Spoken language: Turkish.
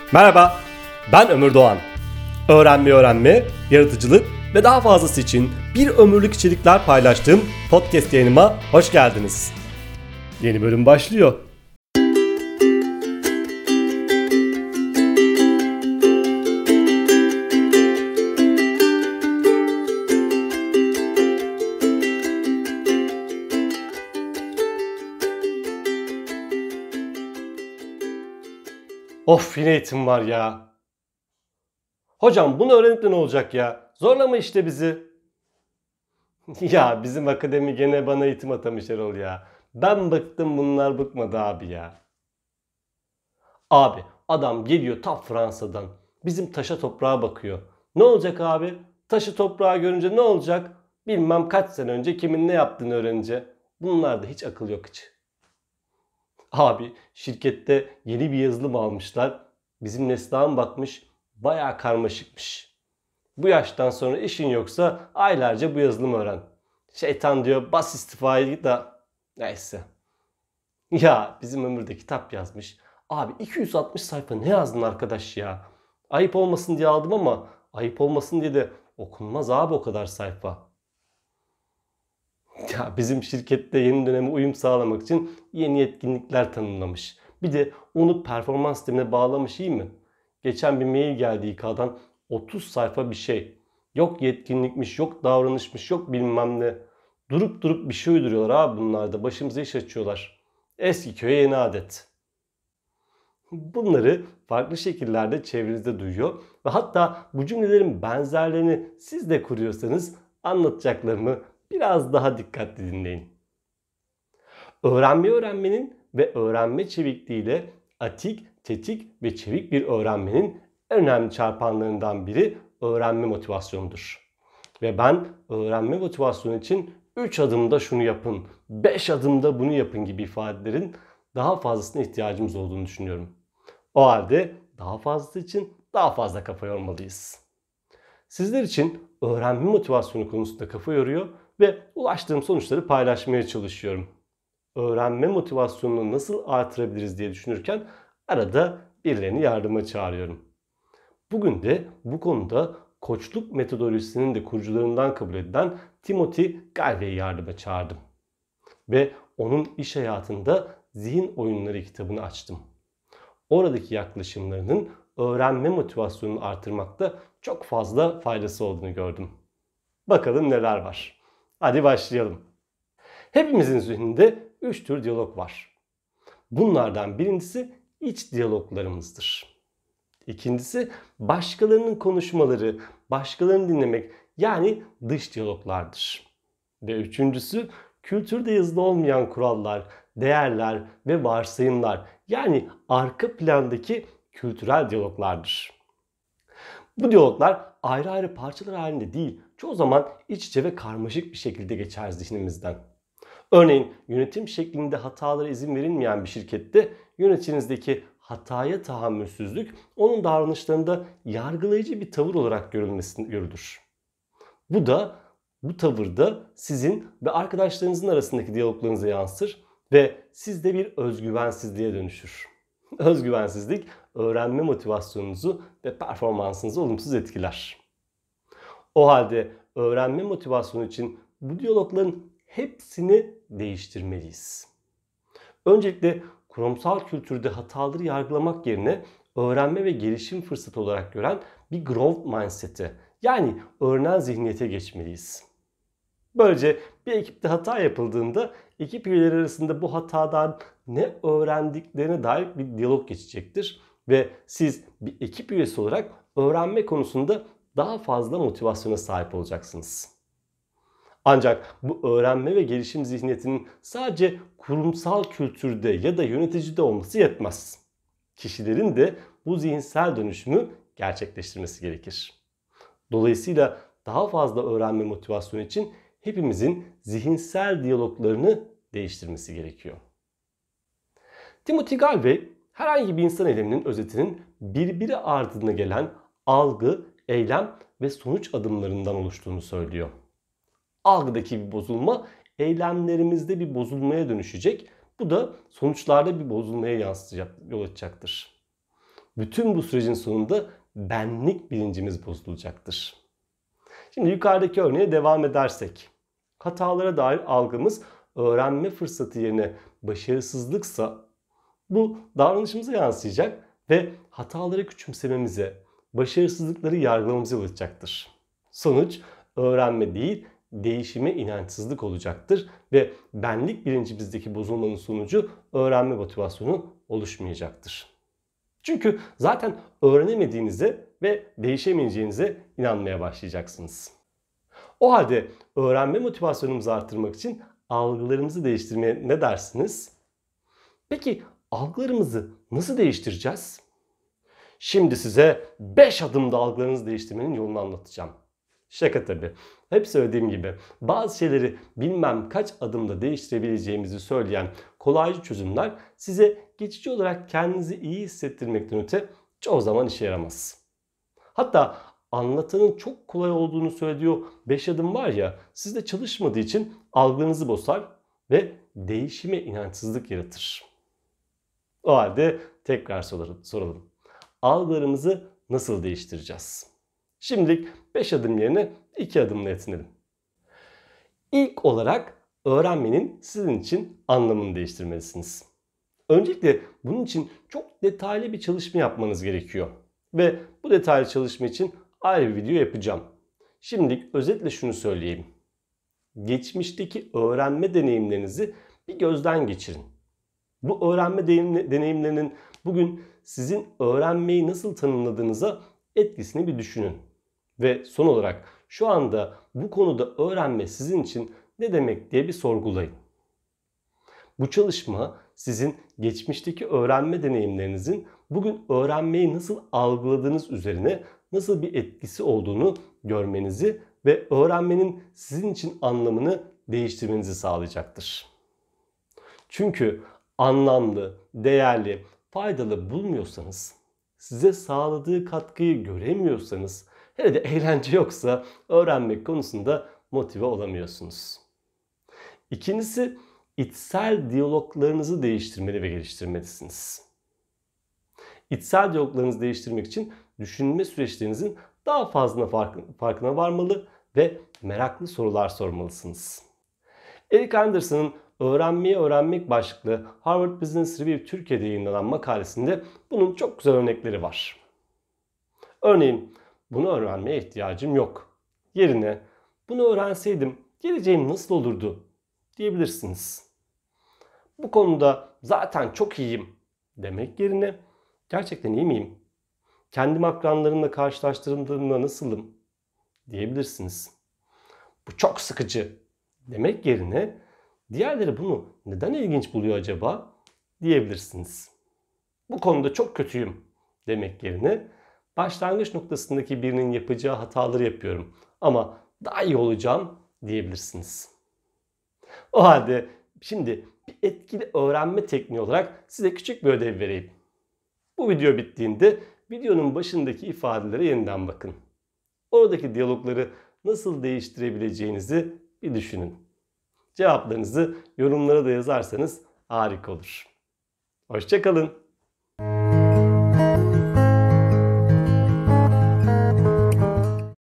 Merhaba, ben Ömür Doğan. Öğrenme, yaratıcılık ve daha fazlası için bir ömürlük içerikler paylaştığım podcast yayınıma hoş geldiniz. Yeni bölüm başlıyor. Of, yine eğitim var ya. Hocam bunu öğrenip de ne olacak ya? Zorlama işte bizi. Ya bizim akademi gene bana eğitim atamış Erol ya. Ben bıktım, bunlar bıkmadı abi ya. Abi adam geliyor ta Fransa'dan. Bizim taşa toprağa bakıyor. Ne olacak abi? Taşı toprağı görünce ne olacak? Bilmem kaç sene önce kimin ne yaptığını öğrenince. Bunlarda hiç akıl yok hiç. Abi şirkette yeni bir yazılım almışlar. Bizim Neslihan bakmış, bayağı karmaşıkmış. Bu yaştan sonra işin yoksa aylarca bu yazılımı öğren. Şeytan diyor bas istifayı da neyse. Ya bizim Ömür'de kitap yazmış. Abi 260 sayfa ne yazdın arkadaş ya? Ayıp olmasın diye aldım ama ayıp olmasın diye de okunmaz abi o kadar sayfa. Ya bizim şirkette yeni döneme uyum sağlamak için yeni yetkinlikler tanımlamış. Bir de onu performans sistemine bağlamış, iyi mi? Geçen bir mail geldi İK'dan, 30 sayfa bir şey. Yok yetkinlikmiş, yok davranışmış, yok bilmem ne. Durup durup bir şey uyduruyorlar abi bunlar da. Başımıza iş açıyorlar. Eski köye yeni adet. Bunları farklı şekillerde çevrenizde duyuyor ve hatta bu cümlelerin benzerlerini siz de kuruyorsanız anlatacaklarımı biraz daha dikkatli dinleyin. Öğrenmenin ve öğrenme çevikliğiyle atik, tetik ve çevik bir öğrenmenin en önemli çarpanlarından biri öğrenme motivasyonudur. Ve ben öğrenme motivasyonu için 3 adımda şunu yapın, 5 adımda bunu yapın gibi ifadelerin daha fazlasına ihtiyacımız olduğunu düşünüyorum. O halde daha fazlası için daha fazla kafa yormalıyız. Sizler için öğrenme motivasyonu konusunda kafa yoruyor ve ulaştığım sonuçları paylaşmaya çalışıyorum. Öğrenme motivasyonunu nasıl artırabiliriz diye düşünürken arada birilerini yardıma çağırıyorum. Bugün de bu konuda koçluk metodolojisinin de kurucularından kabul edilen Timothy Galway'i yardıma çağırdım. Ve onun iş hayatında Zihin Oyunları kitabını açtım. Oradaki yaklaşımlarının öğrenme motivasyonunu artırmakta çok fazla faydası olduğunu gördüm. Bakalım neler var. Hadi başlayalım. Hepimizin zihninde 3 tür diyalog var. Bunlardan birincisi iç diyaloglarımızdır. İkincisi başkalarının konuşmaları, başkalarını dinlemek, yani dış diyaloglardır. Ve üçüncüsü kültürde yazılı olmayan kurallar, değerler ve varsayımlar, yani arka plandaki kültürel diyaloglardır. Bu diyaloglar ayrı ayrı parçalar halinde değil, çoğu zaman iç içe ve karmaşık bir şekilde geçer zihnimizden. Örneğin yönetim şeklinde hatalara izin verilmeyen bir şirkette yöneticinizdeki hataya tahammülsüzlük onun davranışlarında yargılayıcı bir tavır olarak görülür. Bu tavır da sizin ve arkadaşlarınızın arasındaki diyaloglarınıza yansır ve sizde bir özgüvensizliğe dönüşür. Özgüvensizlik öğrenme motivasyonunuzu ve performansınızı olumsuz etkiler. O halde öğrenme motivasyonu için bu diyalogların hepsini değiştirmeliyiz. Öncelikle kurumsal kültürde hataları yargılamak yerine öğrenme ve gelişim fırsatı olarak gören bir growth mindset'e, yani öğrenen zihniyete geçmeliyiz. Böylece bir ekipte hata yapıldığında ekip üyeleri arasında bu hatadan ne öğrendiklerine dair bir diyalog geçecektir ve siz bir ekip üyesi olarak öğrenme konusunda daha fazla motivasyona sahip olacaksınız. Ancak bu öğrenme ve gelişim zihniyetinin sadece kurumsal kültürde ya da yöneticide olması yetmez. Kişilerin de bu zihinsel dönüşümü gerçekleştirmesi gerekir. Dolayısıyla daha fazla öğrenme motivasyonu için hepimizin zihinsel diyaloglarını değiştirmesi gerekiyor. Timothy Galway, herhangi bir insan eyleminin özetinin birbiri ardına gelen algı, eylem ve sonuç adımlarından oluştuğunu söylüyor. Algıdaki bir bozulma eylemlerimizde bir bozulmaya dönüşecek. Bu da sonuçlarda bir bozulmaya yol açacaktır. Bütün bu sürecin sonunda benlik bilincimiz bozulacaktır. Şimdi yukarıdaki örneğe devam edersek, hatalara dair algımız öğrenme fırsatı yerine başarısızlıksa bu davranışımıza yansıyacak ve hataları küçümsememize, başarısızlıkları yargılamamıza yol açacaktır. Sonuç öğrenme değil, değişime inançsızlık olacaktır ve benlik bilincimizdeki bozulmanın sonucu öğrenme motivasyonu oluşmayacaktır. Çünkü zaten öğrenemediğinize ve değişemeyeceğinize inanmaya başlayacaksınız. O halde öğrenme motivasyonumuzu arttırmak için algılarımızı değiştirmeye ne dersiniz? Peki algılarımızı nasıl değiştireceğiz? Şimdi size 5 adımda algılarınızı değiştirmenin yolunu anlatacağım. Şaka tabii. Hep söylediğim gibi bazı şeyleri bilmem kaç adımda değiştirebileceğimizi söyleyen kolaycı çözümler size geçici olarak kendinizi iyi hissettirmekten öte çoğu zaman işe yaramaz. Hatta anlatanın çok kolay olduğunu söylediği o 5 adım var ya, sizde çalışmadığı için algınızı bozar ve değişime inançsızlık yaratır. O halde tekrar soralım. Algılarımızı nasıl değiştireceğiz? Şimdilik 5 adım yerine 2 adımla yetinelim. İlk olarak öğrenmenin sizin için anlamını değiştirmelisiniz. Öncelikle bunun için çok detaylı bir çalışma yapmanız gerekiyor. Ve bu detaylı çalışma için ayrı bir video yapacağım. Şimdilik özetle şunu söyleyeyim. Geçmişteki öğrenme deneyimlerinizi bir gözden geçirin. Bu öğrenme deneyimlerinin bugün sizin öğrenmeyi nasıl tanımladığınıza etkisini bir düşünün. Ve son olarak şu anda bu konuda öğrenme sizin için ne demek diye bir sorgulayın. Bu çalışma sizin geçmişteki öğrenme deneyimlerinizin bugün öğrenmeyi nasıl algıladığınız üzerine nasıl bir etkisi olduğunu görmenizi ve öğrenmenin sizin için anlamını değiştirmenizi sağlayacaktır. Çünkü anlamlı, değerli, faydalı bulmuyorsanız, size sağladığı katkıyı göremiyorsanız, hele de eğlence yoksa öğrenmek konusunda motive olamıyorsunuz. İkincisi, içsel diyaloglarınızı değiştirmeli ve geliştirmelisiniz. İçsel diyaloglarınızı değiştirmek için düşünme süreçlerinizin daha fazla farkına varmalı ve meraklı sorular sormalısınız. Eric Anderson'ın Öğrenmeyi Öğrenmek başlıklı Harvard Business Review Türkiye'de yayınlanan makalesinde bunun çok güzel örnekleri var. Örneğin, bunu öğrenmeye ihtiyacım yok. Yerine, bunu öğrenseydim geleceğim nasıl olurdu diyebilirsiniz. Bu konuda zaten çok iyiyim demek yerine, gerçekten iyi miyim? Kendi akranlarımla karşılaştırdığımda nasılım diyebilirsiniz. Bu çok sıkıcı demek yerine, diğerleri bunu neden ilginç buluyor acaba diyebilirsiniz. Bu konuda çok kötüyüm demek yerine, başlangıç noktasındaki birinin yapacağı hataları yapıyorum ama daha iyi olacağım diyebilirsiniz. O halde şimdi bir etkili öğrenme tekniği olarak size küçük bir ödev vereyim. Bu video bittiğinde videonun başındaki ifadelere yeniden bakın. Oradaki diyalogları nasıl değiştirebileceğinizi bir düşünün. Cevaplarınızı yorumlara da yazarsanız harika olur. Hoşça kalın.